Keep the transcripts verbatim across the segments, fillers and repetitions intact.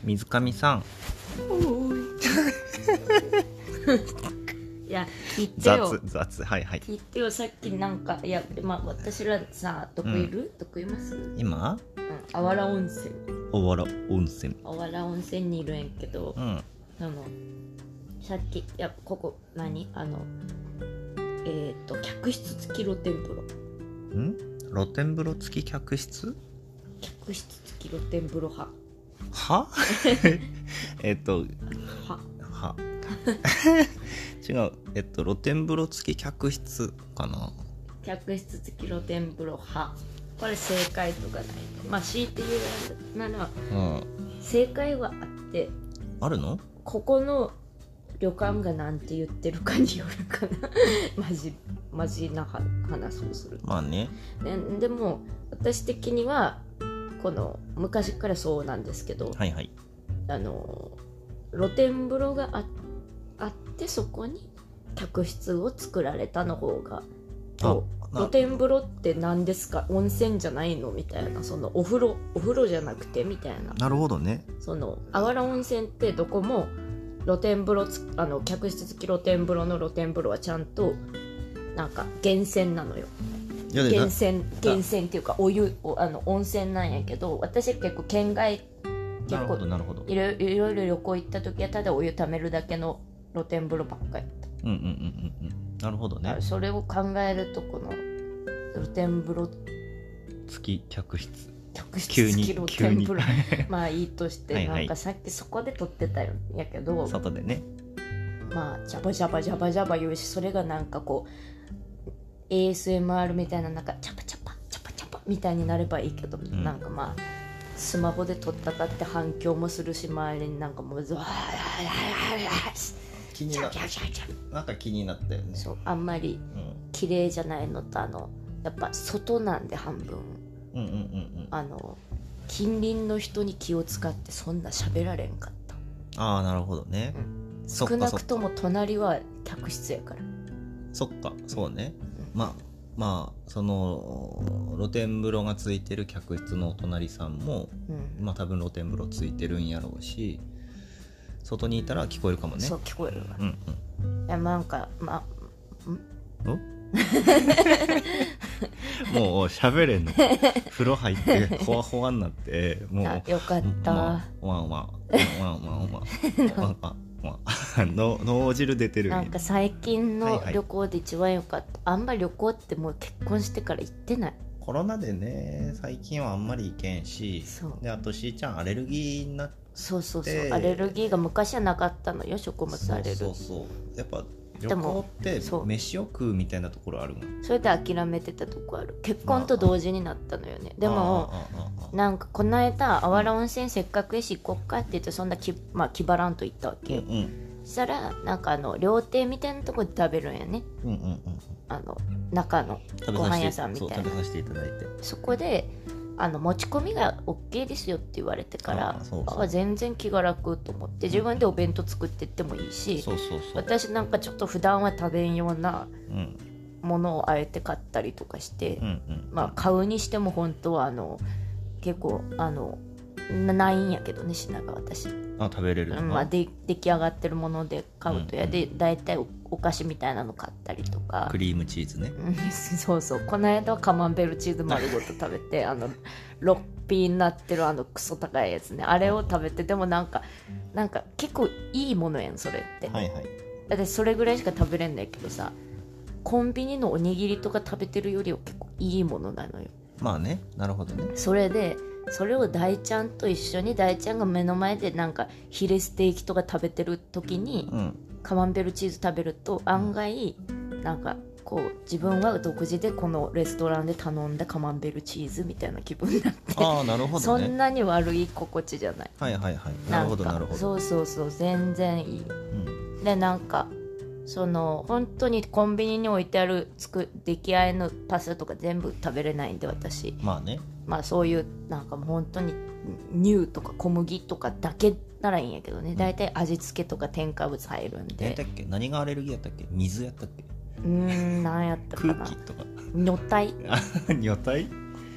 水上さん。 おーいいや聞いてよ雑雑はいはい。 聞いてよ。さっきなんかいや、まあ、私らさどこいる、 うん、 どこいます？ 今あわら温泉あわら温泉あわら温泉にいるんやけど、 うん、 あのさっきいやここ何あのえっ、ー、と客室付き露天風呂ん露天風呂付き客室客室付き露天風呂派はえっとはは違うえっと露天風呂付き客室かな。 客室付き露天風呂派、これ正解とかない。まあ強いて言うなら、うん、正解はあってあるの。 ここの旅館がなんて言ってるかによるかなマジマジな話をする。 まあね。 で, でも私的にはこの昔からそうなんですけど、 はいはい、 あの露天風呂が あ, あってそこに客室を作られたの方が、露天風呂って何ですか、温泉じゃないのみたいな、そのお風呂お風呂じゃなくてみたいな。 なるほどね。そのあわら温泉ってどこも露天風呂つあの客室付き露天風呂の露天風呂はちゃんとなんか源泉なのよ。源泉源泉っていうかお湯おあの温泉なんやけど、私結構県外結構いろいろいろ旅行行った時はただお湯ためるだけの露天風呂ばっかりやった。 うんうんうんうんうん。なるほどね。 それを考えるとこの露天風呂付き客室客室付き露天風呂まあいいとしてはい、はい、なんかさっきそこで撮ってたんやけど、 外でね、 まあジャバジャバジャバジャバ言うし、それがなんかこう エーエスエムアール みたいな、なんかチャパチャパチャパチャパみたいになればいいけど、うん、なんかまあスマホで撮ったかって反響もするし、周りになんかもうズワー気にななんか気になったよね。 そうあんまり綺麗じゃないのと、あのやっぱ外なんで半分、 うんうんうんうん、 あの近隣の人に気を使ってそんな喋られんかった。 ああなるほどね、 うん、少なくとも隣は客室やから。 そっかそうね、うん、まあまあその露天風呂がついてる客室のお隣さんも、うん、まあ多分露天風呂ついてるんやろうし、外にいたら聞こえるかもね。 そう聞こえるわ、 うんうん、 いやなんかまあんもう喋れんの風呂入ってほわほわになってもうよかったわわんわんわんわんわんわん脳汁出てる。 なんか最近の旅行で一番よかった、はいはい、あんまり旅行ってもう結婚してから行ってない。 コロナでね最近はあんまり行けんし、であとしーちゃんアレルギーになって、 そうそうそうアレルギーが昔はなかったのよ、食物アレルギー。 そうそうそうやっぱ旅行って飯を食うみたいなところあるもん。 それで諦めてたとこある。結婚と同時になったのよね。でもなんかこの間あわら温泉せっかくやし行こっかって言って、そんなき、まあ、気張らんと行ったわけよ、うんうん、そしたらなんかあの料亭みたいなとこで食べるんやね、うんうんうん、あの中のご飯屋さんみたいな。 食べさせていただいて、 そこであの持ち込みが OK ですよって言われてから、あそうそうあ全然気が楽と思って自分でお弁当作ってってもいいし、そうそうそう私なんかちょっと普段は食べんようなものをあえて買ったりとかして、うんうん、まあ買うにしても本当はあの結構あのないんやけどね品が私あ食べれる、 まあ、で出来上がってるもので買うとやで、うんうん、だいたい お, お菓子みたいなの買ったりとか、 クリームチーズねそうそうこの間はカマンベールチーズ丸ごと食べてあのろっぴになってるあのクソ高いやつね、あれを食べて、でもなんかなんか結構いいものやんそれって、はいはい、私それぐらいしか食べれんだけどさ、コンビニのおにぎりとか食べてるよりは結構いいものなのよ。 まあねなるほどね。 それでそれを大ちゃんと一緒に大ちゃんが目の前でなんかヒレステーキとか食べてる時に、うん、カマンベールチーズ食べると案外なんかこう自分は独自でこのレストランで頼んだカマンベールチーズみたいな気分になって、 ああなるほど、ね、 そんなに悪い心地じゃない。 はいはいはいなるほどなるほど。 そうそうそう全然いい、うん、でなんかその本当にコンビニに置いてあるつく出来合いのパスタとか全部食べれないんで私、 まあねまあそういうなんかもう本当に乳とか小麦とかだけならいいんやけどね、だいたい味付けとか添加物入るんで。 何だっけ何がアレルギーやったっけ、水やったっけ、 うーん何やったかな、 空気とか女体女体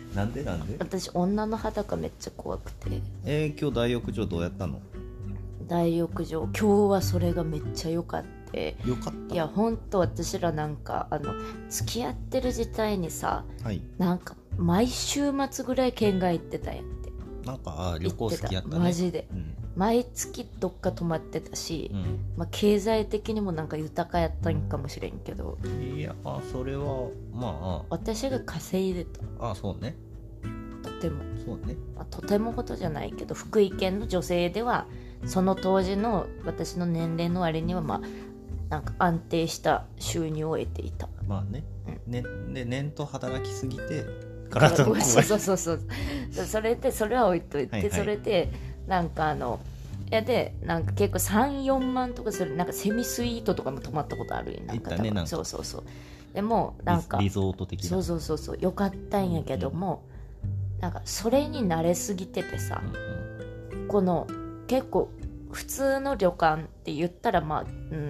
なんでなんで私女の裸めっちゃ怖くて。 えー、今日大浴場どうやったの？ 大浴場今日はそれがめっちゃ良かった。 よかった。 いやほんと私らなんかあの付き合ってる時代にさ、はい、なんか毎週末ぐらい県外行ってたんやって。 なんかあ旅行好きやったね。 マジで、うん、毎月どっか泊まってたし、うん、まあ、経済的にもなんか豊かやったんかもしれんけど。 いやそれはまあ私が稼いでた。 あそうね。 とてもそうね、 まあ、とてもほどじゃないけど福井県の女性ではその当時の私の年齢の割にはまあなんか安定した収入を得ていた。 まあね、うん、ねで年と働きすぎて体が怖い。そうそうそうそうそれでそれは置いといて、はいはい、それでなんかあのいやでなんか結構 さん,よん 万とかするなんかセミスイートとかも泊まったことあるよ。なんか多分、ね、なんかそうそうそう。でもなんかリゾート的な。 そうそうそうそうよかったんやけども、うん、なんかそれに慣れすぎててさ、うんうん、この結構普通の旅館って言ったらまあ、うん、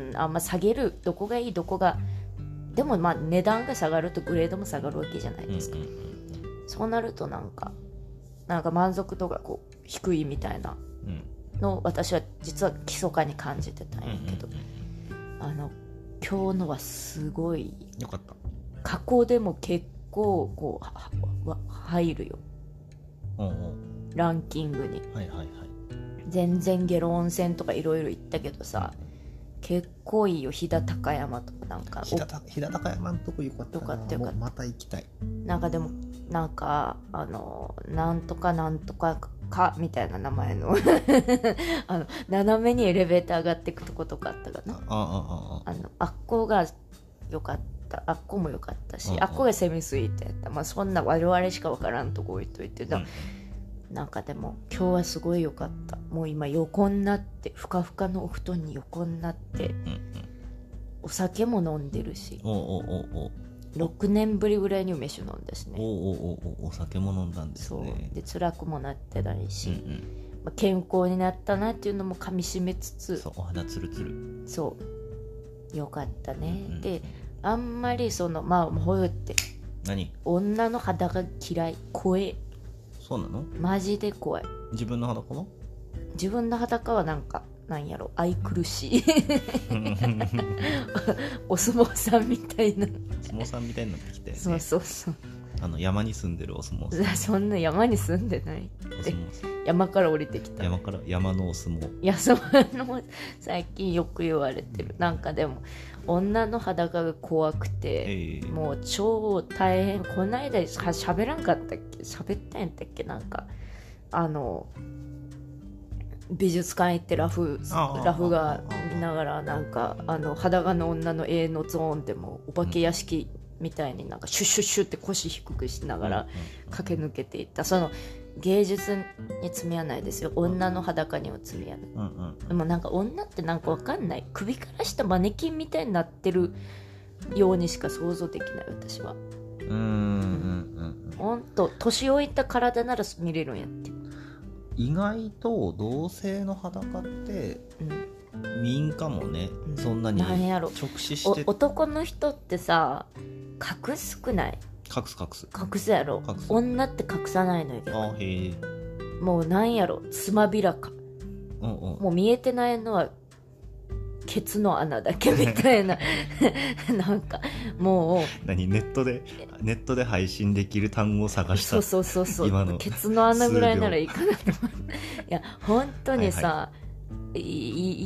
あんま下げるどこがいいどこがでもまあ値段が下がるとグレードも下がるわけじゃないですか、うんうんうん、そうなるとなんかなんか満足度がこう低いみたいなのを私は実は密かに感じてたんやけど、うんうんうん、あの今日のはすごいよかった。 過去でも結構こうは入るよ、うんうん、ランキングに、はいはいはい。全然ゲロ温泉とかいろいろ行ったけどさ、結構いいよ。飛騨高山とかなんか飛騨高山のとこよかったな。よかったよかった。また行きたい。 なんかでもなんかあのなんとかなんとかかみたいな名前のあの斜めにエレベーター上がっていくとことかあったかな。ああああのあっこがよかった。あっこもよかったし、あっこがセミスイートやった。まあそんな我々しか分からんとこ置いといてだ、うんなんかでも今日はすごい良かった。もう今横になってふかふかのお布団に横になって、うんうん、お酒も飲んでるし、おおおおろくねんぶりぐらいに梅酒飲んだしね。 おおおおお酒も飲んだんですね。 そうで辛くもなってないし、うんうんまあ、健康になったなっていうのもかみしめつつ、 そうお肌ツルツル。 そうよかったね、うんうん、であんまりそのまあほうって何女の肌が嫌い怖え。 そうなの？ マジで怖い。 自分の裸は？ 自分の裸はなんかなんやろ愛くるしいお相撲さんみたいなお相撲さんみたいになってきて、ね、 そうそうそうあの山に住んでるお相撲さん。 そんな山に住んでない山から降りてきた山から山のお相撲。 いやそうの最近よく言われてる。なんかでも女の裸が怖くて、えー、もう超大変。この間しゃべらんかったっけ喋ったんやったっけなんかあの美術館行ってラフラフが見ながらなんかあの裸の女の絵のゾーンでもお化け屋敷みたいになんかシュッシュッシュッって腰低くしながら駆け抜けていった。その芸術に罪はないですよ。女の裸には罪はない、うんうん、でもなんか女ってなんかわかんない。首から下マネキンみたいになってるようにしか想像できない私は。うーんうんうんほんと年老いた体なら見れるんやって。 意外と同性の裸って、うん、民かもね、うん、そんなに直視して男の人ってさ隠すくない？ 隠す隠す隠すやろ。隠す。女って隠さないのよ。 あへえ。 もうなんやろつまびらか、うんうん、もう見えてないのはケツの穴だけみたいななんかもう何ネットでネットで配信できる単語を探した。 そうそうそうそう今のケツの穴ぐらいならいいかなと思ういや本当にさ、はいはい、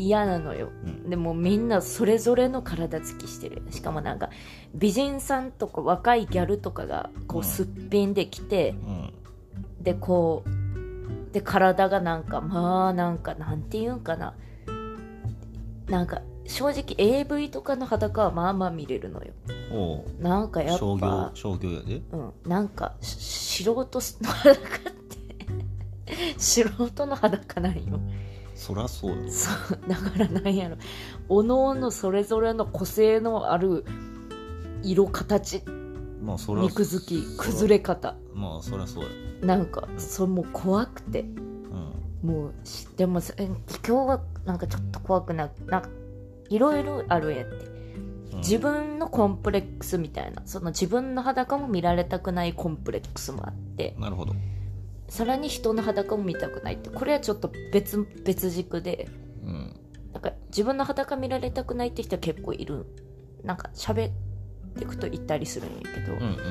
嫌なのよ、うん、でもみんなそれぞれの体つきしてる。しかもなんか美人さんとか若いギャルとかがこうすっぴんできて、うん、でこうで体がなんかまあなんかなんていうんかななんか正直 エーブイ とかの裸はまあまあ見れるのよ。おなんかやっぱ商業商業やで、 うん、なんか素人の裸って素人の裸なんよ。 そらそうよ。 そうだからなんやろおのおのそれぞれの個性のある色形、まあ、そら肉付き崩れ方まあそりゃそうや。 なんか、うん、それもう怖くて、うん、もうでも今日はなんかちょっと怖くななんかいろいろあるんやって、う自分のコンプレックスみたいな、その自分の裸も見られたくないコンプレックスもあって、 なるほど。 さらに人の裸も見たくないって、これはちょっと別別軸で、うん、なんか自分の裸見られたくないって人は結構いる。なんか喋っていくといたりするんやけど、うんうんうんうん、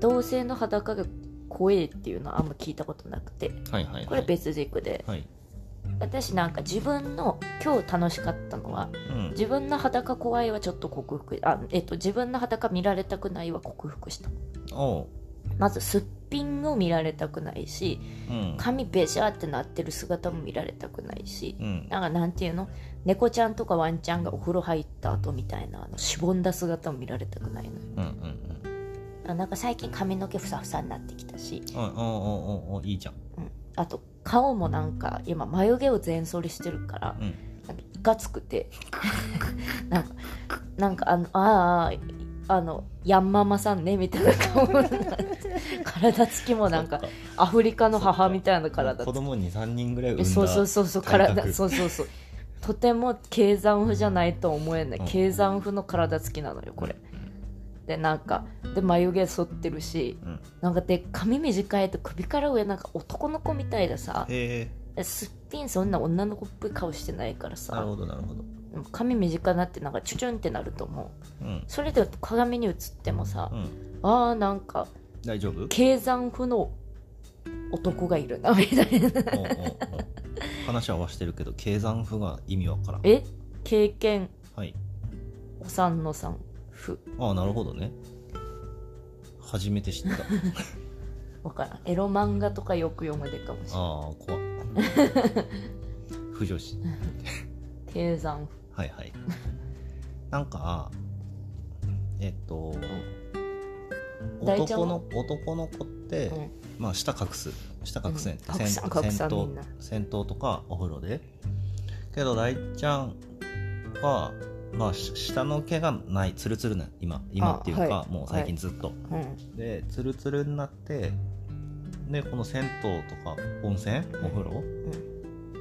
同性の裸が怖いっていうのはあんま聞いたことなくて、はいはいはい、これ別軸で、はい、私なんか自分の今日楽しかったのは、うん、自分の裸怖いはちょっと克服、あ、えっと自分の裸見られたくないは克服した。おう、まずすっぴんを見られたくないし、うん、髪ベシャーってなってる姿も見られたくないし、うん、なんかなんていうの、猫ちゃんとかワンちゃんがお風呂入った後みたいなあのしぼんだ姿も見られたくないのよ、うんうんうん、なんか最近髪の毛ふさふさになってきたし、 おおおおいいじゃん、うん、 あと顔もなんか今眉毛を全剃りしてるから、うん、なんかいかつくてなんかなんかあのあああのヤンママさんねみたいな顔体つきもなんかアフリカの母みたいな体つき、 子供 にさんにんぐらい産んだそうそうそうそう体そうそうそうとても経山婦じゃないと思えない、経山婦の体つきなのよこれ、うん、でなんかで眉毛剃ってるし、うん、なんかで髪短いと首から上なんか男の子みたいでさ、へー、すっぴんそんな女の子っぽい顔してないからさ、 なるほどなるほど、 髪短なってなんかチュチュンってなると思う、うん、それで鏡に映ってもさ、うん、あーなんか大丈夫、 経山婦の男がいるなみたいなおうおうおう話は合わせてるけど経山婦が意味わからん。 え経験、はい、お産の産婦、 ああなるほどね、初めて知ったわからん、エロ漫画とかよく読むでかもしれない。ああ怖っ不女子経山婦、 はいはいなんかえっと、うん、男の男の子って、うん、まあ舌隠す舌隠すねんって、うん、戦闘戦闘とかお風呂で、けど大ちゃんはまあ下の毛がないツルツルな今今っていうか、はい、もう最近ずっと、はい、でツルツルになってでこの銭湯とか温泉お風呂、うん、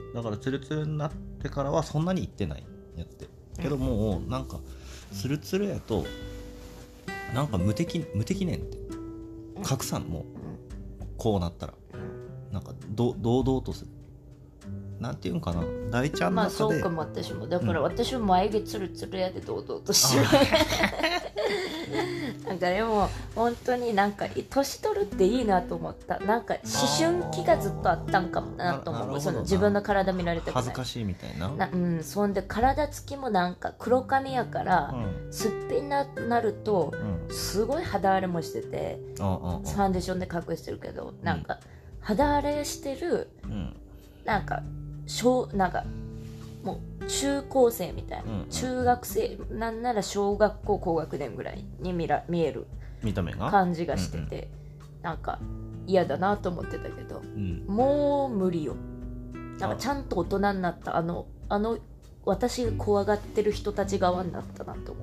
だからツルツルになってからはそんなに行ってないやってけどもうなんかツルツルやとなんか無敵無敵ねんって拡散もこうなったらなんかど堂々とするなんていうんかな大ちゃんの中で、まあそうかも私もだから私も眉毛ツルツルやで堂々としてるなんかでも本当になんか年取るっていいなと思った。なんか思春期がずっとあったんかもなと思う。その自分の体見られたくない恥ずかしいみたいなな、うん、そんで体つきもなんか黒髪やから、うん、すっぴんになると、うん、すごい肌荒れもしてて、うん、ファンデーションで隠してるけど、うん、なんか肌荒れしてる、うん、なんか小なんかもう中高生みたいな、うんうん、中学生なんなら小学校高学年ぐらいに 見, ら見える見た目が感じがしてて、うんうん、なんか嫌だなと思ってたけど、うん、もう無理よ。なんかちゃんと大人になったあのあの私が怖がってる人たち側になったなと思った。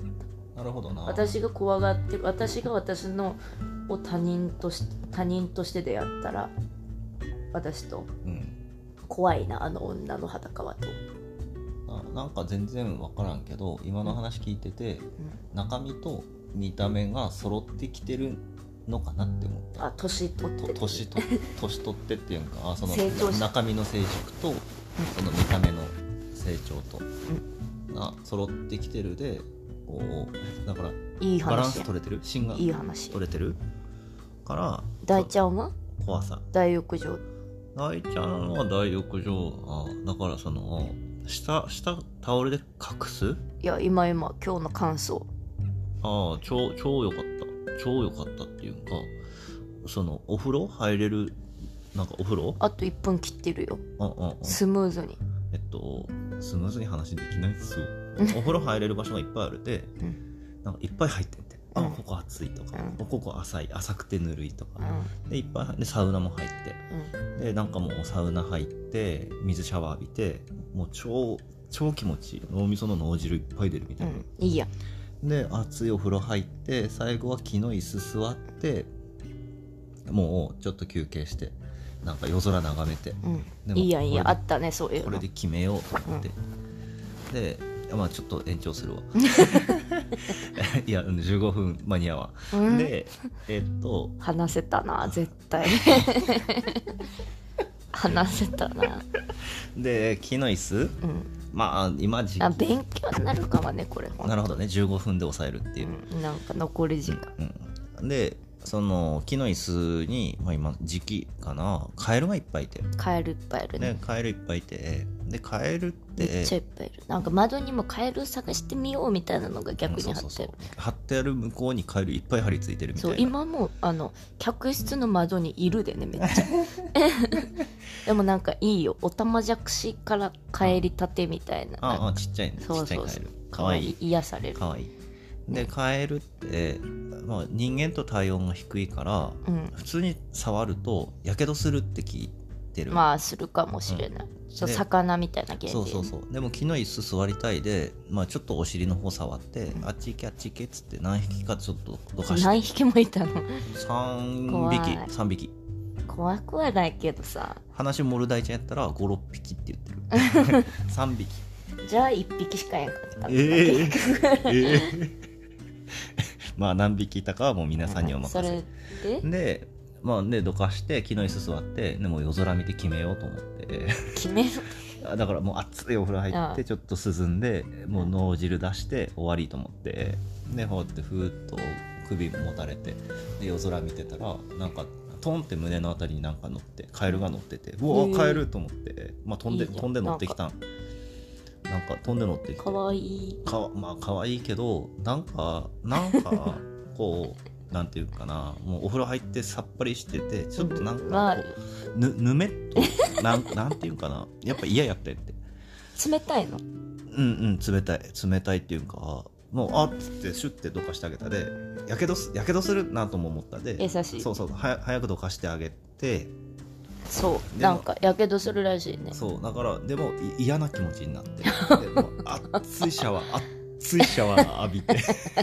なるほどな。 私が怖がってる私が私のを他人とし他人として出会ったら私と、うん、怖いなあの女の裸はと。 なんか全然分からんけど今の話聞いてて、うん、中身と見た目が揃ってきてるのかなって思った。 あ、年取ってと年と年取ってっていうかあその中身の成熟と、うん、その見た目の成長と、うん、が揃ってきてるでこうだからいいバランス取れてる芯がいい話取れてるから大ちゃんは怖さ大浴場大ちゃんは大浴場あだからその下下タオルで隠すいや今今今日の感想ああ超超良かった超良かったっていうかそのお風呂入れるなんかお風呂あといっぷん切ってるよあああスムーズにえっとスムーズに話できないっすよお風呂入れる場所がいっぱいあるで、うん、なんかいっぱい入ってんてあ、うん、ここ暑いとか、うん、ここ浅い浅くてぬるいとか、うん、でいっぱいでサウナも入って、うん、でなんかもうサウナ入って水シャワー浴びてもう超超気持ちいい脳みその脳汁いっぱい出るみたいな、うん、 いいやで熱いお風呂入って最後は木の椅子座ってもうちょっと休憩してなんか夜空眺めて、 うん、でもいいやいいやあったねそういうのこれで決めようと思って、うん、でまあちょっと延長するわいやじゅうごふん間に合わん、うん、でえっと話せたな絶対話せたなで木の椅子、うん、まあ今時期あ勉強になるかもねこれなるほどねじゅうごふんで抑えるっていう、 うん、なんか残り時間、 うんうん、でその木の椅子に、まあ、今時期かなカエルがいっぱいいてカエルいっぱいいるねカエルいっぱいいてでカエルってめっちゃいっぱいいるなんか窓にもカエル探してみようみたいなのが逆に貼ってる、うん、そうそうそう貼ってある向こうにカエルいっぱい張り付いてるみたいなそう今もあの客室の窓にいるでねめっちゃでもなんかいいよおたまじゃくしから帰りたてみたいなああちっちゃいねそうそうそうちっちゃいカエルかわいい癒されるかわいいでカエルって、まあ、人間と体温が低いから、うん、普通に触るとやけどするって聞いてるまあするかもしれない、うん、そう魚みたいな原理そうそうそうでも木の椅子座りたいで、まあ、ちょっとお尻の方触って、うん、あっち行けあっち行けっつって何匹かちょっとどかして何匹もいたのさんびきさんびき怖くはないけどさ話モルダイちゃんやったらごろっぴきって言ってるさんびきじゃあいっぴきしかやんかったえー、えーまあ何匹いたかはもう皆さんにお任せ、うん、それででまあねどかして木の椅子座ってでも夜空見て決めようと思って決めるだからもう熱いお風呂入ってちょっと涼んでもう脳汁出して終わりと思ってでこうやってふーっと首持たれてで夜空見てたらなんかトンって胸のあたりになんか乗ってカエルが乗っててうわーカエルと思って、まあ、飛んでいい飛んで乗ってきたんなんか飛んで乗ってきてかわいいかまあかわいいけどなんかなんかこうなんていうかなもうお風呂入ってさっぱりしててちょっとなんかこう、まあ、ぬ, ぬめっとなんなんていうかなやっぱ嫌やったって冷たいのうんうん冷たい冷たいっていうかもうあっつってシュッてどかしてあげたでやけどすやけどするなとも思ったで優しいそうそうは早くどかしてあげてそうなんかやけどするらしいねそうだからでも嫌な気持ちになってでも熱いシャワー熱いシャワー浴びて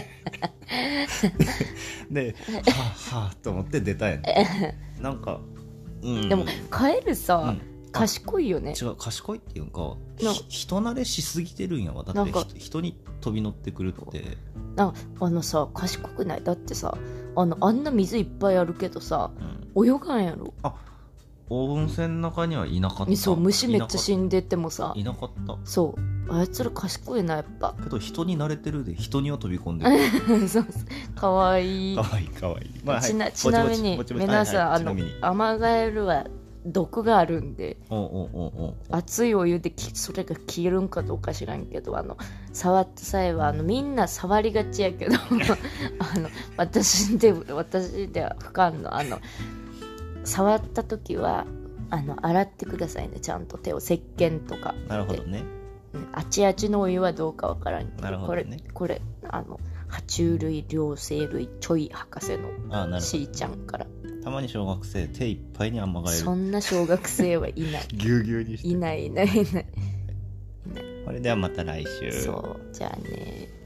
ではぁはぁと思って出たやんなんか、うん、 でもカエルさ、うん賢いよね違う賢いっていうか人慣れしすぎてるんやわだって人に飛び乗ってくるってなあのさ賢くないだってさあのあんな水いっぱいあるけどさ、うん、泳がんやろあ温泉の中にはいなかったそう虫めっちゃ死んでてもさいなかったそうあいつら賢いなやっぱけど人に慣れてるで人には飛び込んでるそうかわいいかわいいかわいい、まあ、 ちな、はい、ちなみに皆さん、はいはい、あのアマガエルは毒があるんでおうおうおうおう熱いお湯でそれが消えるんかどうか知らんけどあの触った際はあのみんな触りがちやけどあの私で私では不可能あの触った時はあの洗ってくださいねちゃんと手を石鹸とかなるほどね、 うん、あちあちのお湯はどうかわからんけど、 なるほどね、 これこれあの爬虫類両生類ちょい博士のしーちゃんからたまに小学生手いっぱいにあんまがえるそんな小学生はいないぎゅうぎゅうにしていないいないいないいないこれではまた来週そうじゃあね